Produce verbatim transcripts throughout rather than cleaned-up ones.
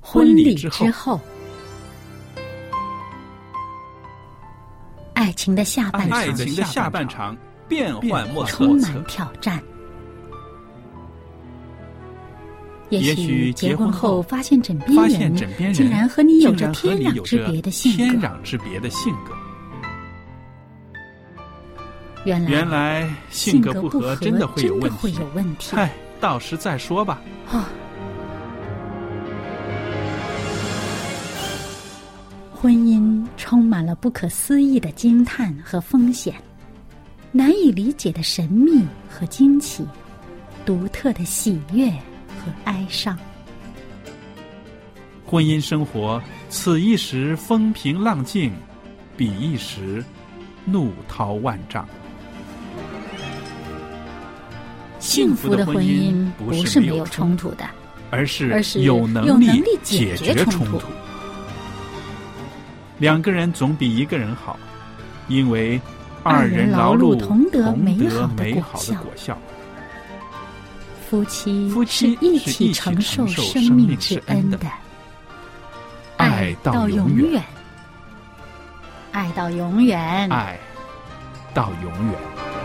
婚礼之后，爱情的下半场， 爱情的下半场变幻莫测， 充满挑战。也许结婚后发现枕边人竟然和你有着天壤之别的性格， 天壤之别的性格。 原来原来性格不合真的会有问题， 问题。 嗨，到时再说吧。 哦，婚姻充满了不可思议的惊叹和风险，难以理解的神秘和惊奇，独特的喜悦和哀伤。 婚姻生活，此一时风平浪静，彼一时怒涛万丈。 幸福的婚姻不是没有冲突的， 而是而是有能力解决冲突。两个人总比一个人好，因为二人劳碌同得美好的果效。 夫妻夫妻是一起承受生命之恩的， 爱到永远， 爱到永远， 爱到永远。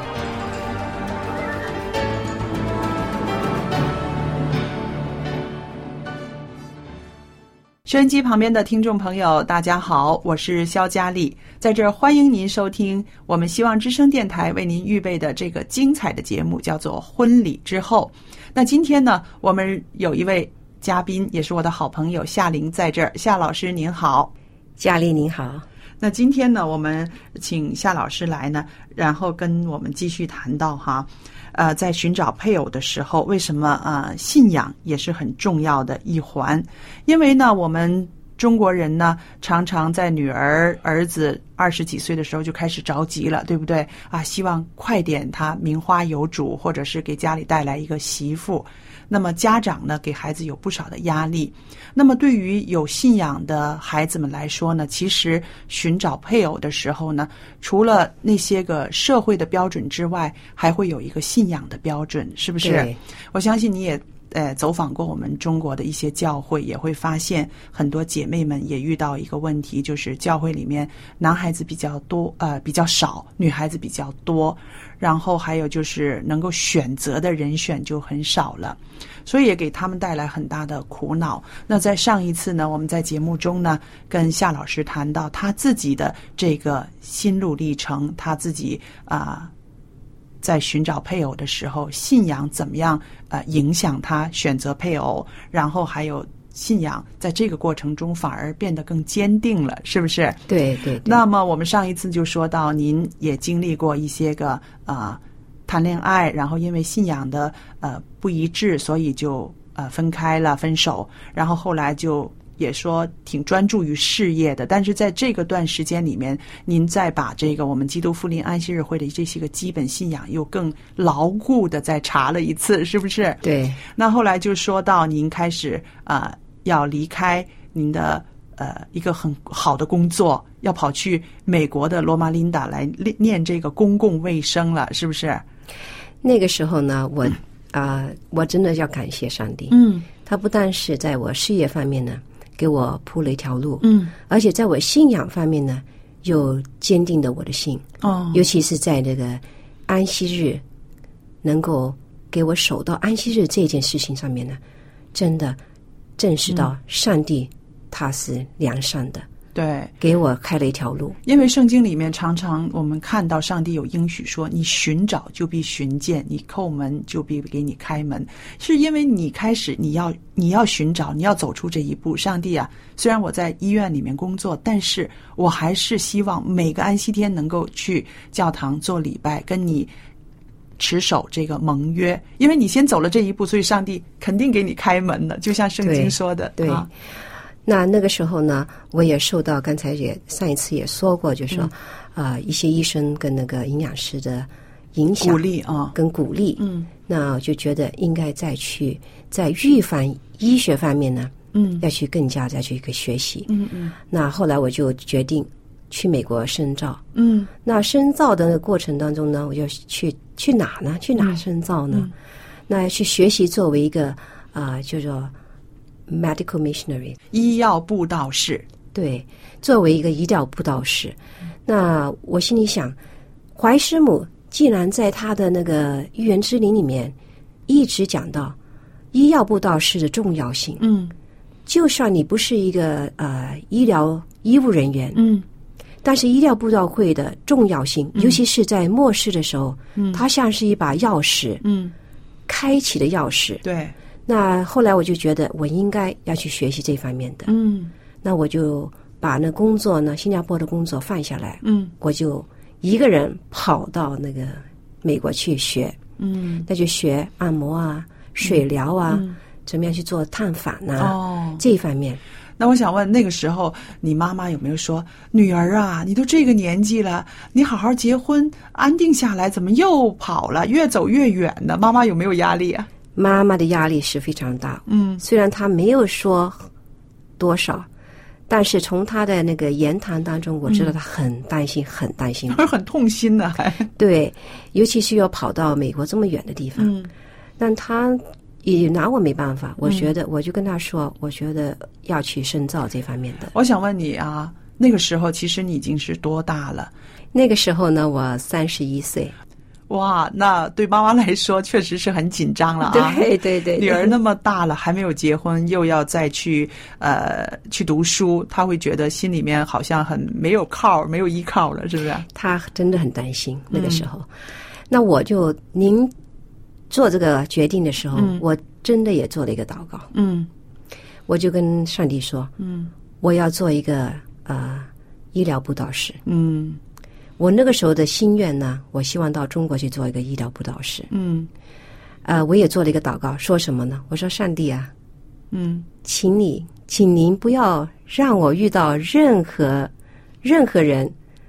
收音机旁边的听众朋友大家好，我是肖佳丽，在这儿欢迎您收听我们希望之声电台为您预备的这个精彩的节目，叫做婚礼之后。那今天呢，我们有一位嘉宾，也是我的好朋友夏玲在这儿。夏老师您好。 佳丽您好。 那今天呢，我们请夏老师来呢，然后跟我们继续谈到哈呃，在寻找配偶的时候，为什么呃信仰也是很重要的一环？因为呢，我们中国人呢，常常在女儿儿子二十几岁的时候就开始着急了，对不对啊？希望快点他名花有主，或者是给家里带来一个媳妇。那么家长呢，给孩子有不少的压力。那么对于有信仰的孩子们来说呢，其实寻找配偶的时候呢，除了那些个社会的标准之外，还会有一个信仰的标准，是不是？我相信你也呃走访过我们中国的一些教会，也会发现很多姐妹们也遇到一个问题，就是教会里面男孩子比较多呃比较少，女孩子比较多，然后还有就是能够选择的人选就很少了，所以也给他们带来很大的苦恼。那在上一次呢，我们在节目中呢，跟夏老师谈到他自己的这个心路历程，他自己啊、呃、在寻找配偶的时候，信仰怎么样呃影响他选择配偶，然后还有信仰在这个过程中反而变得更坚定了，是不是？ 对 对, 对。 那么我们上一次就说到，您也经历过一些个啊、呃、谈恋爱，然后因为信仰的呃不一致，所以就呃分开了，分手，然后后来就也说挺专注于事业的。但是在这个段时间里面，您再把这个我们基督复临安息日会的这些个基本信仰又更牢固的再查了一次，是不是？ 对。 那后来就说到您开始啊、呃、要离开您的呃一个很好的工作，要跑去美国的罗马琳达来念这个公共卫生了，是不是？ 那个时候呢，我啊、呃，我真的要感谢上帝。 嗯， 他不但是在我事业方面呢给我铺了一条路， 嗯， 而且在我信仰方面呢又坚定了我的信。 哦， 尤其是在这个安息日能够给我守到安息日这件事情上面呢，真的证实到上帝他是良善的。 对， 给我开了一条路。 因为圣经里面常常我们看到上帝有应许说，你寻找就必寻见，你叩门就必给你开门。是因为你开始你要你要寻找，你要走出这一步。上帝啊，虽然我在医院里面工作，但是我还是希望每个安息天能够去教堂做礼拜，跟你持守这个盟约。因为你先走了这一步，所以上帝肯定给你开门了，就像圣经说的。 对。对啊，那那个时候呢，我也受到刚才也上一次也说过，就是说，啊、嗯呃，一些医生跟那个营养师的影响、 鼓励啊， 跟鼓励。 嗯， 那我就觉得应该再去在预防医学方面呢， 嗯， 要去更加再去一个学习。 嗯嗯。 那后来我就决定去美国深造。 嗯。 那深造的过程当中呢，我就去去哪呢？去哪深造呢？ 嗯嗯、 那去学习作为一个啊、呃，叫做 medical missionary， 医药布道士。 对，作为一个医疗布道士，那我心里想，怀师母既然在他的那个预言之灵里面一直讲到医药布道士的重要性， 嗯， 就算你不是一个呃医疗医务人员， 嗯， 但是医疗布道会的重要性，嗯、尤其是在末世的时候，嗯，它像是一把钥匙， 嗯， 开启的钥匙。 对。 那后来我就觉得我应该要去学习这方面的， 嗯， 那我就把那工作呢，新加坡的工作放下来， 嗯， 我就一个人跑到那个美国去学， 嗯， 那就学按摩啊、水疗啊， 嗯、 怎么样去做探访啊， 哦， 这一方面。 那我想问，那个时候你妈妈有没有说，女儿啊，你都这个年纪了，你好好结婚，安定下来，怎么又跑了，越走越远呢？妈妈有没有压力啊？ 妈妈的压力是非常大， 嗯， 虽然她没有说多少，但是从她的那个言谈当中，我知道她很担心，嗯、很担心， 很痛心的，还对，尤其是要跑到美国这么远的地方， 嗯， 但她也拿我没办法，我觉得、嗯、我就跟她说，我觉得要去深造这方面的。 我想问你啊，那个时候其实你已经是多大了？ 那个时候呢，我三十一岁。 哇，那对妈妈来说确实是很紧张了啊！ 对对 对, 对， 女儿那么大了，还没有结婚，又要再去呃去读书，她会觉得心里面好像很没有靠，没有依靠了，是不是？ 她真的很担心那个时候。嗯、那我就您做这个决定的时候，嗯、我真的也做了一个祷告。 嗯， 我就跟上帝说， 嗯， 我要做一个呃医疗布道士。 嗯。 我那个时候的心愿呢，我希望到中国去做一个医疗布道士。 嗯， 呃，我也做了一个祷告，说什么呢？我说上帝啊， 嗯， 请你，请您不要让我遇到任何任何人，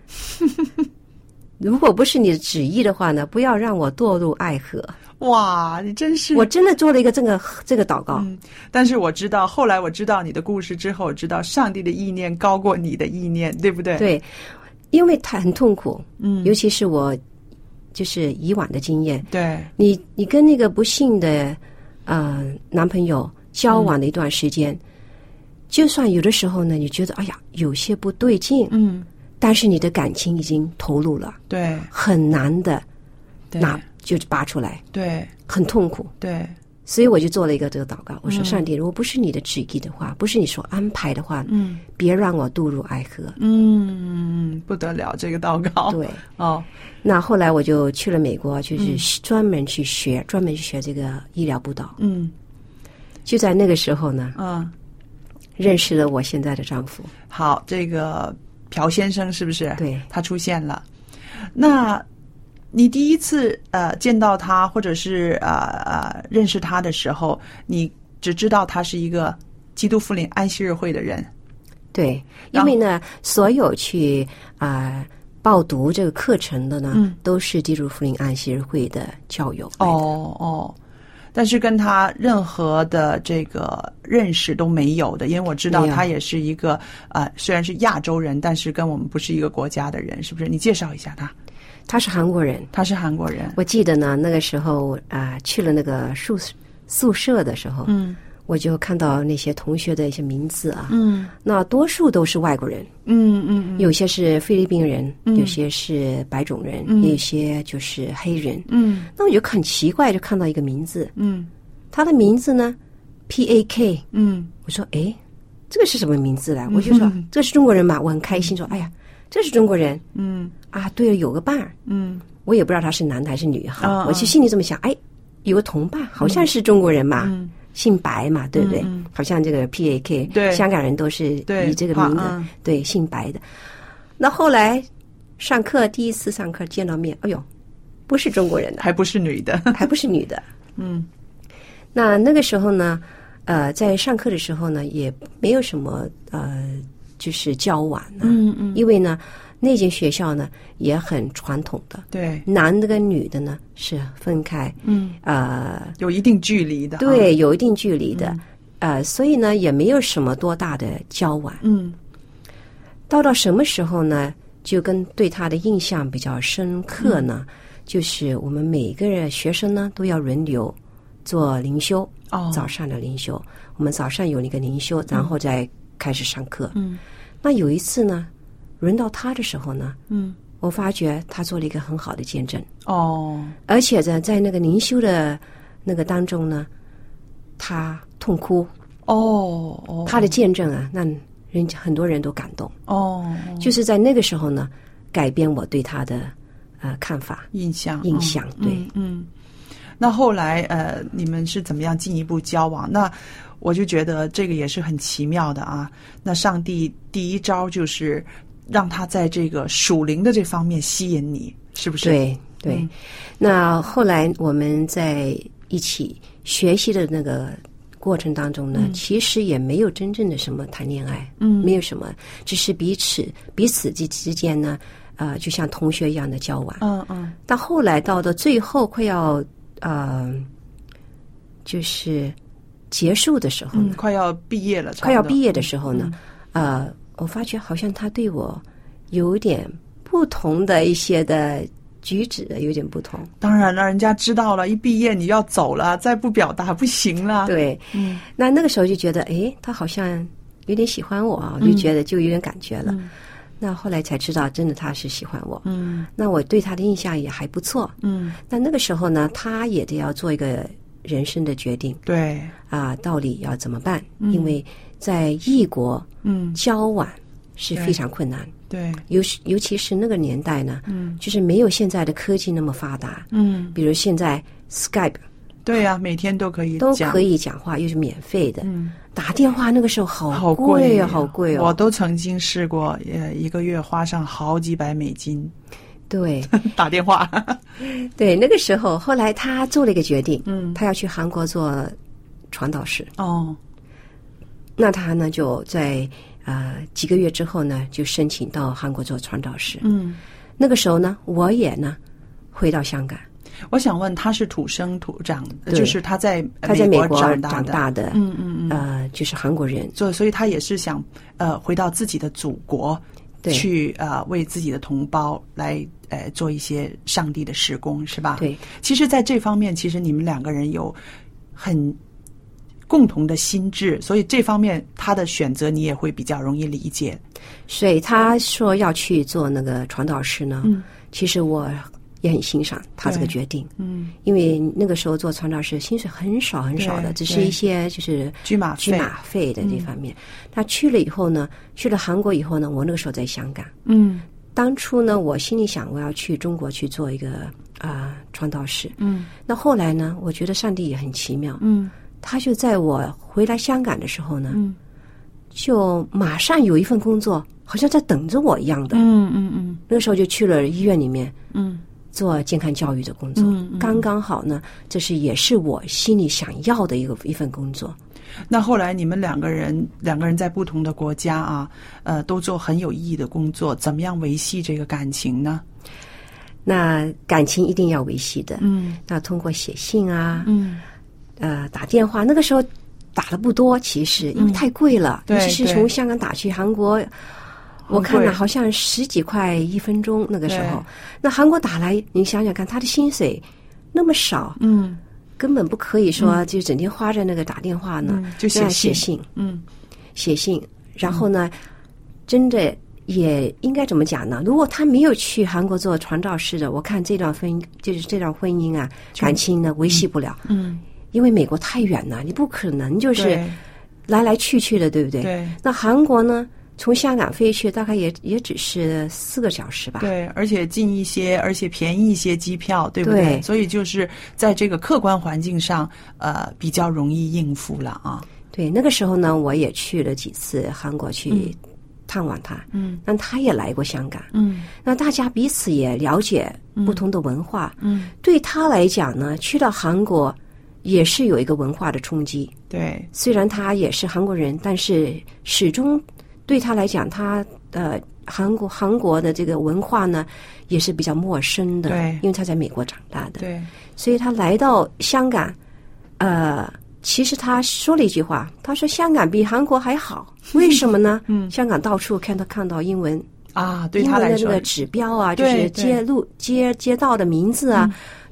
如果不是你的旨意的话呢，不要让我堕入爱河。 哇，你真是！ 我真的做了一个这个这个祷告。 嗯，但是我知道，后来我知道你的故事之后，我知道上帝的意念高过你的意念，对不对？ 对。因为他很痛苦， 嗯， 尤其是我，就是以往的经验， 对， 你你跟那个不幸的呃男朋友交往的一段时间，嗯、就算有的时候呢，你觉得哎呀有些不对劲， 嗯， 但是你的感情已经投入了， 对， 很难的，那就拔出来， 对， 很痛苦， 对。 所以我就做了一个这个祷告，我说上帝，如果不是你的旨意的话，不是你所安排的话， 嗯， 别让我堕入爱河。 嗯，不得了，这个祷告。 对， 哦， 那后来我就去了美国，就是专门去学，嗯、专门去学这个医疗布道。 嗯， 就在那个时候呢， 嗯， 认识了我现在的丈夫。 好，这个朴先生是不是？ 对， 他出现了。那。你第一次呃见到他，或者是呃呃认识他的时候，你只知道他是一个基督复临安息日会的人。 对，因为呢，所有去啊、呃、报读这个课程的呢， 嗯、 都是基督复临安息日会的教友。 哦哦，但是跟他任何的这个认识都没有的，因为我知道他也是一个呃虽然是亚洲人，但是跟我们不是一个国家的人，是不是？你介绍一下他。 他是韩国人， 他是韩国人。 我记得呢，那个时候啊、呃，去了那个宿宿舍的时候， 嗯， 我就看到那些同学的一些名字啊， 嗯， 那多数都是外国人， 嗯嗯， 有些是菲律宾人， 嗯、 有些是白种人， 嗯、 也有些就是黑人， 嗯， 那我就很奇怪，就看到一个名字， 嗯， 他的名字呢 P A K， 嗯， 我说哎，这个是什么名字来？我就说、嗯、这是中国人吧，我很开心说，哎呀。这是中国人， 嗯啊，对了，有个伴儿， 嗯， 我也不知道他是男的还是女哈， 哦、 我就心里这么想，哎，有个同伴，好像是中国人嘛， 嗯、 姓白嘛，对不对？ 嗯、 好像这个 P A K， 对， 香港人都是以这个名字，对， 嗯、 对，姓白的。那后来上课第一次上课见到面，哎呦，不是中国人的， 还不是女的， 还不是女的， 嗯。 那那个时候呢，呃，在上课的时候呢，也没有什么呃，就是交往呢、啊， 嗯嗯， 因为呢。那间学校呢也很传统的， 对， 男的跟女的呢是分开， 嗯， 呃， 有一定距离的， 对， 啊、 有一定距离的， 嗯、 呃，所以呢也没有什么多大的交往， 嗯， 到到什么时候呢，就跟对他的印象比较深刻呢，嗯、就是我们每个人学生呢都要轮流做灵修， 哦， 早上的灵修，我们早上有那个灵修，然后再开始上课。 嗯， 那有一次呢，轮到他的时候呢， 嗯， 我发觉他做了一个很好的见证。 哦， 而且呢，在那个灵修的那个当中呢，他痛哭。 哦哦， 他的见证啊，让人很多人都感动。 哦， 就是在那个时候呢，改变我对他的呃看法、 印象印象。 嗯、 对， 嗯。嗯，那后来呃，你们是怎么样进一步交往？那我就觉得这个也是很奇妙的啊。那上帝第一招就是让他在这个属灵的这方面吸引你，是不是？ 对对、 嗯。 那后来我们在一起学习的那个过程当中呢、嗯，其实也没有真正的什么谈恋爱， 嗯， 没有什么，只是彼此彼此之之间呢，呃，就像同学一样的交往， 嗯嗯。 到后来到了最后快要呃，就是结束的时候呢， 嗯、快要毕业了， 快要毕业的时候呢、 嗯， 呃，我发觉好像他对我有点不同的一些的举止有点不同。 当然了，人家知道了，一毕业你要走了，再不表达不行了。 对， 嗯， 那那个时候就觉得，诶，他好像有点喜欢我啊，我就觉得就有点感觉了。 嗯、 那后来才知道，真的他是喜欢我。 嗯， 那我对他的印象也还不错。 嗯， 那那个时候呢，他也得要做一个人生的决定。 对， 啊，到底要怎么办？ 嗯、 因为在异国， 嗯， 交往是非常困难。 对， 尤尤其是那个年代呢， 嗯， 就是没有现在的科技那么发达， 嗯， 比如现在 Skype， 对呀、啊，每天都可以都可以讲话，又是免费的， 嗯， 打电话那个时候好好贵哦，好贵哦， 我都曾经试过，呃，一个月花上好几百美金， 对， 打电话， 对，那个时候，后来他做了一个决定， 嗯， 他要去韩国做传道士， 哦， 那他呢就在。呃，几个月之后呢，就申请到韩国做传道士。 嗯， 那个时候呢，我也呢回到香港。 我想问，他是土生土长，就是他在他在美国长大的，长大的嗯嗯嗯， 呃，就是韩国人。 所以，所以他也是想呃回到自己的祖国，去呃为自己的同胞来呃做一些上帝的事工，是吧？ 对。 其实，在这方面，其实你们两个人有很共同的心智，所以这方面他的选择你也会比较容易理解。 所以他说要去做那个传道士呢， 嗯， 其实我也很欣赏他这个决定， 嗯， 因为那个时候做传道士薪水很少很少的，只是一些就是居马居马费的这方面。嗯、他去了以后呢，去了韩国以后呢，我那个时候在香港， 嗯， 当初呢，我心里想我要去中国去做一个啊、呃、传道士， 嗯， 那后来呢，我觉得上帝也很奇妙， 嗯。 他就在我回来香港的时候呢， 嗯， 就马上有一份工作，好像在等着我一样的。 嗯嗯嗯。 那个时候就去了医院里面， 嗯， 做健康教育的工作。 嗯嗯、 刚刚好呢，这是也是我心里想要的一个一份工作。 那后来你们两个人，两个人在不同的国家啊，呃，都做很有意义的工作，怎么样维系这个感情呢？ 那感情一定要维系的。 嗯， 那通过写信啊， 嗯。 呃，打电话那个时候打的不多，其实因为太贵了， 嗯、 尤其是从香港打去韩国，我看了好像十几块一分钟那个时候。那韩国打来，你想想看，他的薪水那么少， 嗯， 根本不可以说就整天花在那个打电话呢， 嗯、就写写信， 嗯， 写信，然后呢，嗯、真的也应该怎么讲呢？如果他没有去韩国做传道士的，我看这段婚姻就是这段婚姻啊，感情呢维系不了， 嗯。 因为美国太远了，你不可能就是来来去去的，对不对？ 对。 那韩国呢？从香港飞去大概也也只是四个小时吧。 对，而且近一些，而且便宜一些机票，对不对？ 对。 所以就是在这个客观环境上，呃，比较容易应付了啊。 对，那个时候呢，我也去了几次韩国去探望他。 嗯。 那他也来过香港。 嗯。 那大家彼此也了解不同的文化。 嗯。 对他来讲呢，去到韩国。也是有一个文化的冲击， 对。 虽然他也是韩国人，但是始终对他来讲，他呃韩国韩国的这个文化呢，也是比较陌生的， 对， 因为他在美国长大的， 对。 所以他来到香港，呃，其实他说了一句话，他说香港比韩国还好，为什么呢？ 嗯， 香港到处看到看到英文啊，对他来说， 英文的那个指标啊，就是街路街街道的名字啊。 嗯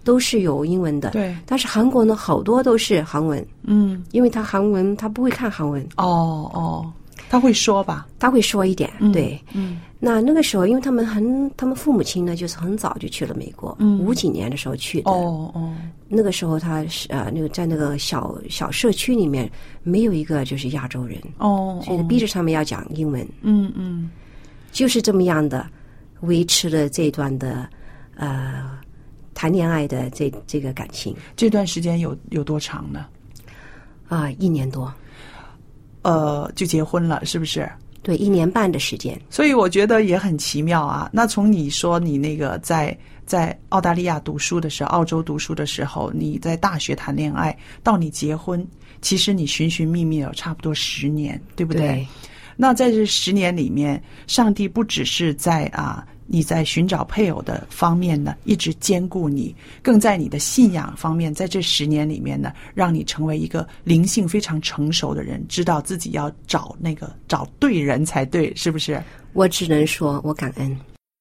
都是有英文的。 对， 但是韩国呢，好多都是韩文。 嗯， 因为他韩文他不会看韩文。 哦哦，他会说吧？ 他会说一点， 嗯、 对。 嗯， 那那个时候，因为他们很，他们父母亲呢，就是很早就去了美国， 嗯， 五几年的时候去的。 哦哦， 那个时候他是呃，那个在那个小小社区里面，没有一个就是亚洲人。 哦， 所以逼着他们要讲英文。 嗯嗯， 就是这么样的维持了这段的呃谈恋爱的这这个感情。 这段时间有有多长呢？ 啊、呃，一年多。 呃，就结婚了，是不是？ 对，一年半的时间。 所以我觉得也很奇妙啊。那从你说你那个在在澳大利亚读书的时候，澳洲读书的时候，你在大学谈恋爱，到你结婚，其实你寻寻觅觅有差不多十年，对不对？ 对。 那在这十年里面，上帝不只是在啊你在寻找配偶的方面呢，一直兼顾你，更在你的信仰方面，在这十年里面呢，让你成为一个灵性非常成熟的人，知道自己要找那个找对人才对，是不是？ 我只能说我感恩。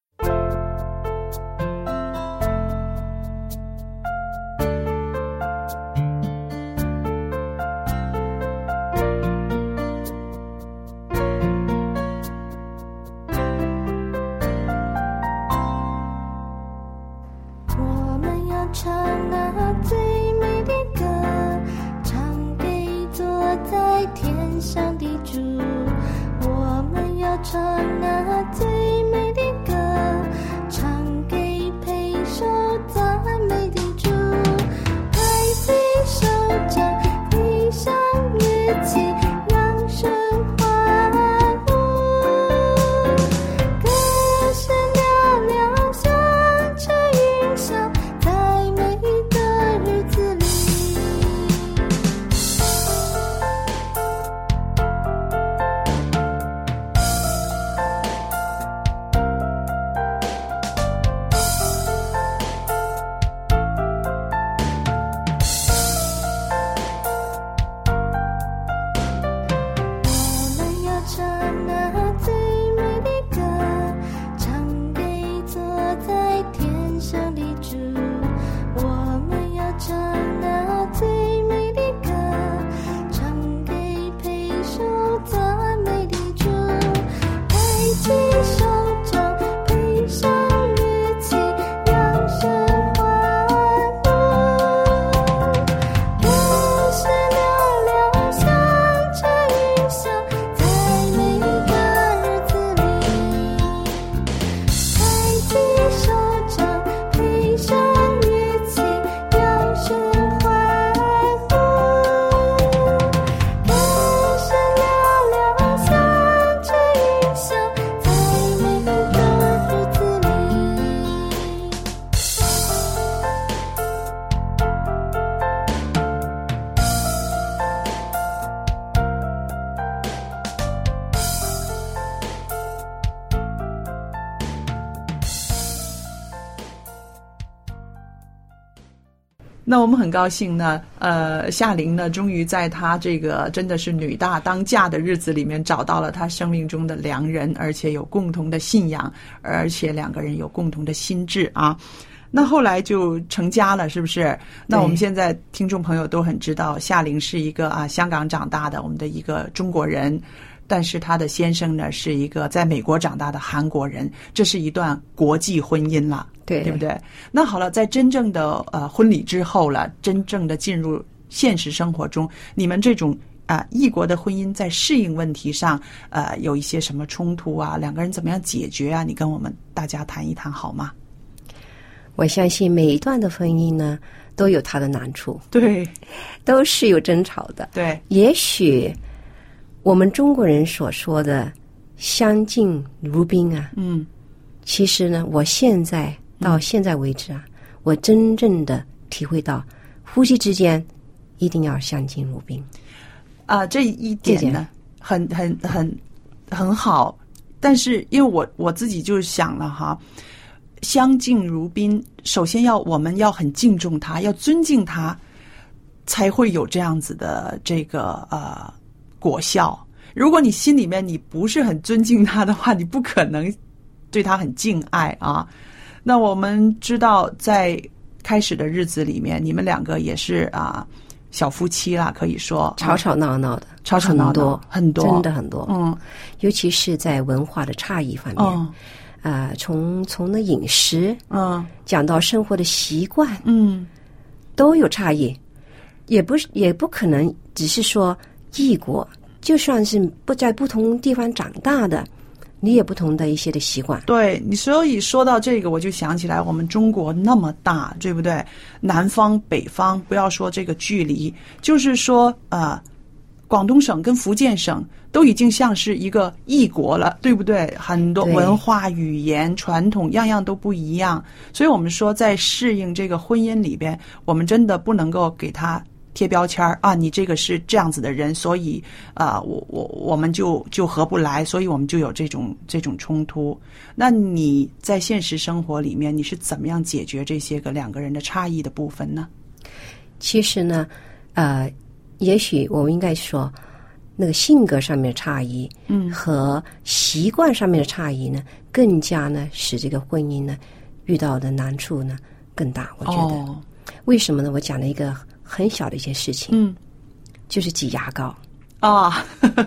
那我们很高兴呢，呃，夏琳呢，终于在她这个真的是女大当嫁的日子里面，找到了她生命中的良人，而且有共同的信仰，而且两个人有共同的心智啊。那后来就成家了，是不是？那我们现在听众朋友都很知道，夏琳是一个啊香港长大的我们的一个中国人，但是她的先生呢是一个在美国长大的韩国人，这是一段国际婚姻了。 对， 对不对？那好了，在真正的呃婚礼之后了，真正的进入现实生活中，你们这种啊、呃、异国的婚姻在适应问题上，呃，有一些什么冲突啊？两个人怎么样解决啊？你跟我们大家谈一谈好吗？ 我相信每一段的婚姻呢，都有它的难处， 对， 都是有争吵的。 对， 也许我们中国人所说的相敬如宾啊， 嗯， 其实呢，我现在到现在为止啊，嗯、我真正的体会到，夫妻之间一定要相敬如宾啊，这一点呢，很很很很好。但是因为我我自己就想了哈，相敬如宾，首先要我们要很敬重他，要尊敬他，才会有这样子的这个呃果效。如果你心里面你不是很尊敬他的话，你不可能对他很敬爱啊。那我们知道，在开始的日子里面，你们两个也是啊、呃、小夫妻啦，可以说吵吵闹闹的， 吵吵闹闹很多， 真的很多。 嗯， 尤其是在文化的差异方面， 嗯啊、呃，从从那饮食， 嗯， 讲到生活的习惯， 嗯， 都有差异，也不是也不可能只是说异国，就算是不在不同地方长大的，你也不同的一些的习惯。 对，你所以说到这个，我就想起来，我们中国那么大，对不对？南方、北方，不要说这个距离，就是说，呃，广东省跟福建省都已经像是一个异国了，对不对？很多文化、语言、传统，样样都不一样。所以我们说，在适应这个婚姻里边，我们真的不能够给他贴标签啊，你这个是这样子的人，所以啊、呃，我我我们就就合不来，所以我们就有这种这种冲突。那你在现实生活里面，你是怎么样解决这些个两个人的差异的部分呢？ 其实呢，呃，也许我们应该说，那个性格上面的差异， 嗯， 和习惯上面的差异呢，更加呢使这个婚姻呢遇到的难处呢更大。我觉得， 哦、 为什么呢？我讲了一个很小的一件事情， 嗯， 就是挤牙膏啊。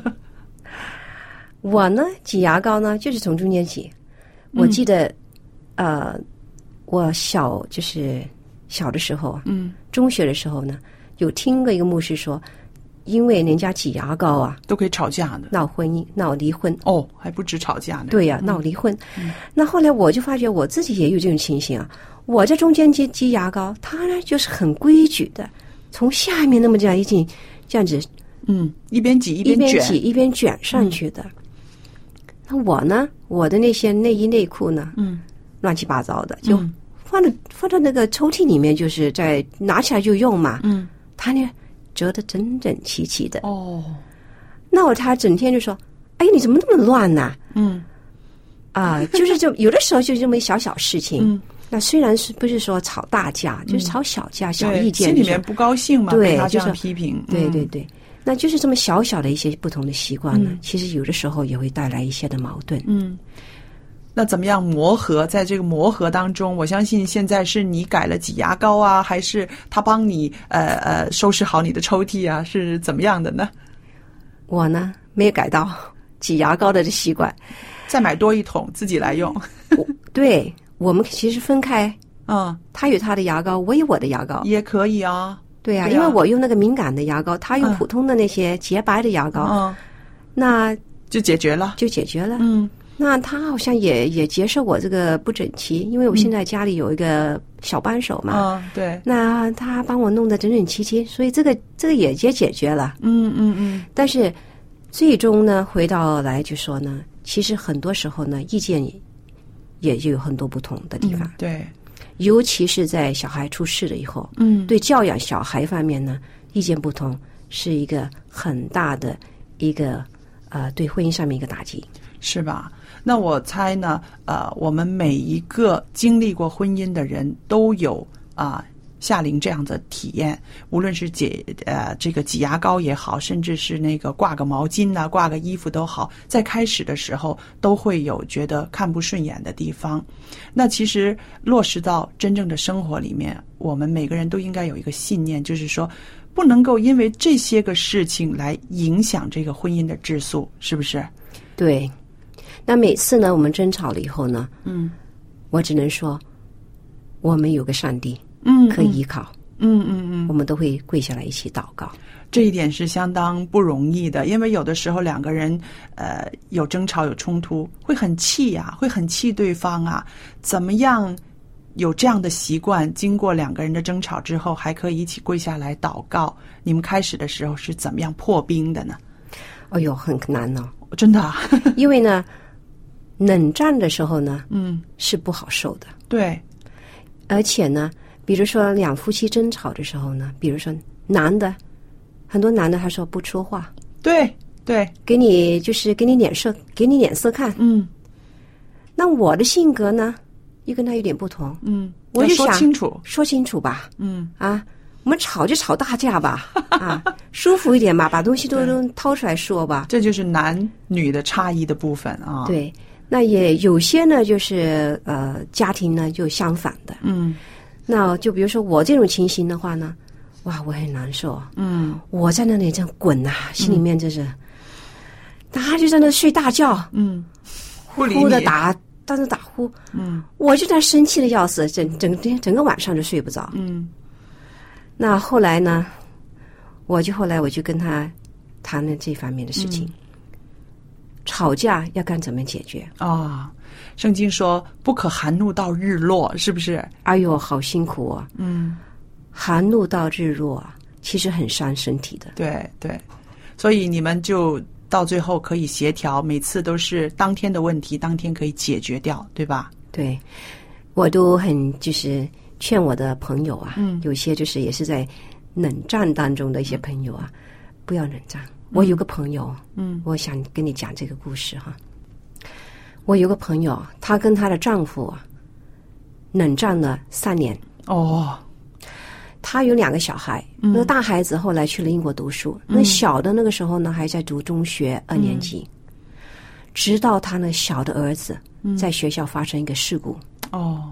我呢挤牙膏呢，就是从中间挤。我记得，嗯、呃，我小就是小的时候， 嗯， 中学的时候呢，有听过一个牧师说，因为人家挤牙膏啊， 都可以吵架的， 闹婚姻、闹离婚。 哦，还不止吵架呢。 对呀、啊， 嗯、 闹离婚、 嗯。 那后来我就发觉我自己也有这种情形啊。我在中间挤挤牙膏，他呢就是很规矩的，从下面那么这样一进，这样子， 嗯，一边挤一边边卷， 挤一边卷上去的。嗯、那我呢，我的那些内衣内裤呢， 嗯， 乱七八糟的，就放到、嗯、放到那个抽屉里面，就是在拿起来就用嘛。 嗯， 他呢折得整整齐齐的。 哦， 那我他整天就说：“哎，你怎么那么乱呢、啊？” 嗯， 啊，就是这有的时候就这么小小事情。 嗯。 那虽然是不是说吵大架，就是吵小架、嗯、小意见， 心里面不高兴嘛， 对， 被他这样批评， 就是、对对对，那就是这么小小的一些不同的习惯呢、 嗯， 其实有的时候也会带来一些的矛盾。 嗯，那怎么样磨合？在这个磨合当中，我相信现在是你改了挤牙膏啊，还是他帮你呃呃收拾好你的抽屉啊？是怎么样的呢？ 我呢没有改到挤牙膏的习惯， 再买多一桶自己来用。 我对。我们其实分开， 嗯， 他有他的牙膏，我有我的牙膏， 也可以啊。 对啊， 对啊， 因为我用那个敏感的牙膏，他用普通的那些洁白的牙膏， 嗯， 那就解决了， 就解决了。 嗯， 那他好像也也接受我这个不整齐，因为我现在家里有一个小帮手嘛， 嗯，对， 那他帮我弄得整整齐齐，所以这个这个也也解决了。 嗯嗯嗯。 但是最终呢，回到来就说呢，其实很多时候呢，意见也就有很多不同的地方， 嗯、对， 尤其是在小孩出世了以后， 嗯， 对教养小孩方面呢，意见不同是一个很大的一个呃对婚姻上面一个打击， 是吧？那我猜呢，呃，我们每一个经历过婚姻的人都有啊。呃夏玲这样的体验，无论是解呃这个挤牙膏也好，甚至是那个挂个毛巾啊、挂个衣服都好，在开始的时候都会有觉得看不顺眼的地方。那其实落实到真正的生活里面，我们每个人都应该有一个信念，就是说不能够因为这些个事情来影响这个婚姻的质素，是不是？ 对。那每次呢，我们争吵了以后呢， 嗯， 我只能说，我们有个上帝。 嗯， 可以依靠， 嗯嗯嗯， 我们都会跪下来一起祷告。 这一点是相当不容易的，因为有的时候两个人呃有争吵有冲突，会很气呀、啊，会很气对方啊。怎么样有这样的习惯？经过两个人的争吵之后，还可以一起跪下来祷告？你们开始的时候是怎么样破冰的呢？ 哎呦，很难哦， 真的、啊， 因为呢，冷战的时候呢， 嗯， 是不好受的。 对， 而且呢。比如说两夫妻争吵的时候呢，比如说男的，很多男的他说不说话， 对对， 给你就是给你脸色，给你脸色看。 嗯， 那我的性格呢，又跟他有点不同。 嗯， 我就想说清楚， 说清楚吧。 嗯啊，我们吵就吵大架吧，啊，舒服一点吧，把东西都都掏出来说吧。 这就是男女的差异的部分啊。 对，那也有些呢，就是呃，家庭呢就相反的。 嗯。 那就比如说我这种情形的话呢，哇，我很难受。 嗯， 我在那里这样滚啊，心里面就是，他就在那睡大觉， 嗯， 呼呼的打，但是打呼， 嗯， 我就在生气的要死，整整天整个晚上就睡不着。 嗯， 那后来呢，我就后来我就跟他谈了这方面的事情，嗯、吵架要该怎么解决啊？哦，圣经说不可含怒到日落，是不是？ 哎呦，好辛苦啊！ 嗯， 含怒到日落啊，其实很伤身体的。 对对，所以你们就到最后可以协调，每次都是当天的问题，当天可以解决掉，对吧？ 对，我都很就是劝我的朋友啊， 嗯， 有些就是也是在冷战当中的一些朋友啊，不要冷战。我有个朋友， 嗯， 我想跟你讲这个故事哈。我有个朋友，她跟她的丈夫啊，冷战了三年。 哦， 她有两个小孩， 嗯、 那个大孩子后来去了英国读书，嗯、那小的那个时候呢还在读中学二年级，嗯、直到他那小的儿子在学校发生一个事故， 哦，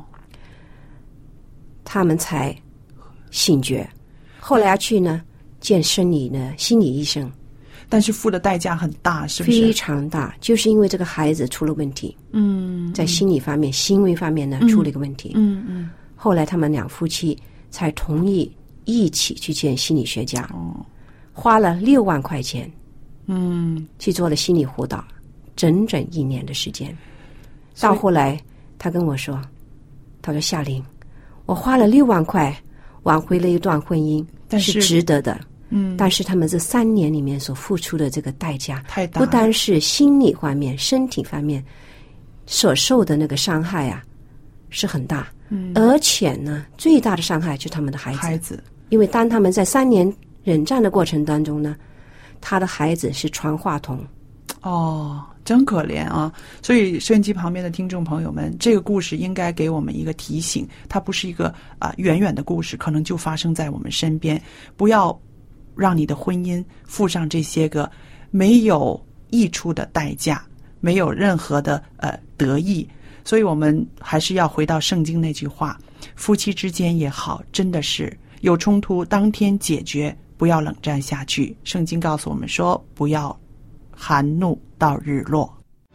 他们才醒觉。后来去呢见生理呢心理医生。 但是付的代价很大，是不是？ 非常大，就是因为这个孩子出了问题。 嗯， 在心理方面、嗯、行为方面呢出了一个问题。 嗯嗯。 后来他们两夫妻才同意一起去见心理学家。 哦。 花了六万块钱。 嗯。 去做了心理辅导，整整一年的时间。到后来，他跟我说：“他说夏琳，我花了六万块挽回了一段婚姻， 但是是值得的。” 嗯， 但是他们这三年里面所付出的这个代价太大， 不单是心理方面、身体方面所受的那个伤害啊，是很大。 嗯， 而且呢，最大的伤害就是他们的孩子。 孩子， 因为当他们在三年忍战的过程当中呢，他的孩子是传话筒。 哦，真可怜啊！所以收音机旁边的听众朋友们，这个故事应该给我们一个提醒，它不是一个啊、呃、远远的故事，可能就发生在我们身边，不要让你的婚姻付上这些个没有益处的代价，没有任何的呃得益。所以我们还是要回到圣经那句话，夫妻之间也好，真的是有冲突当天解决，不要冷战下去。圣经告诉我们说，不要含怒到日落。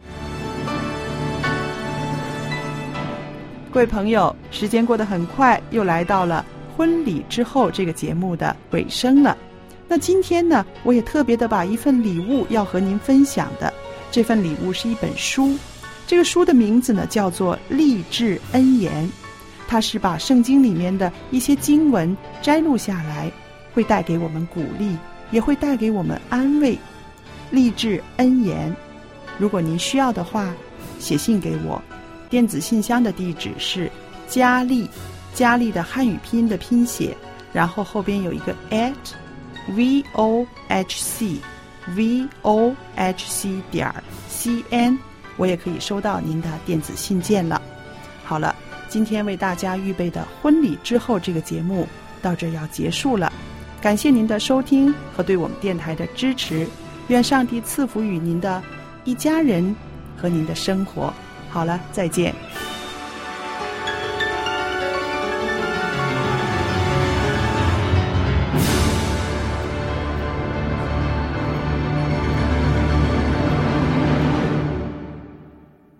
各位朋友，时间过得很快，又来到了婚礼之后这个节目的尾声了。那今天呢，我也特别的把一份礼物要和您分享的，这份礼物是一本书，这个书的名字呢叫做《励志恩言》，它是把圣经里面的一些经文摘录下来，会带给我们鼓励，也会带给我们安慰。励志恩言，如果您需要的话，写信给我，电子信箱的地址是佳丽，佳丽的汉语拼音的拼写，然后后边有一个 at v o h c v o h c 点 c n， 我也可以收到您的电子信件了。好了，今天为大家预备的婚礼之后这个节目到这要结束了，感谢您的收听和对我们电台的支持，愿上帝赐福与您的一家人和您的生活。好了，再见。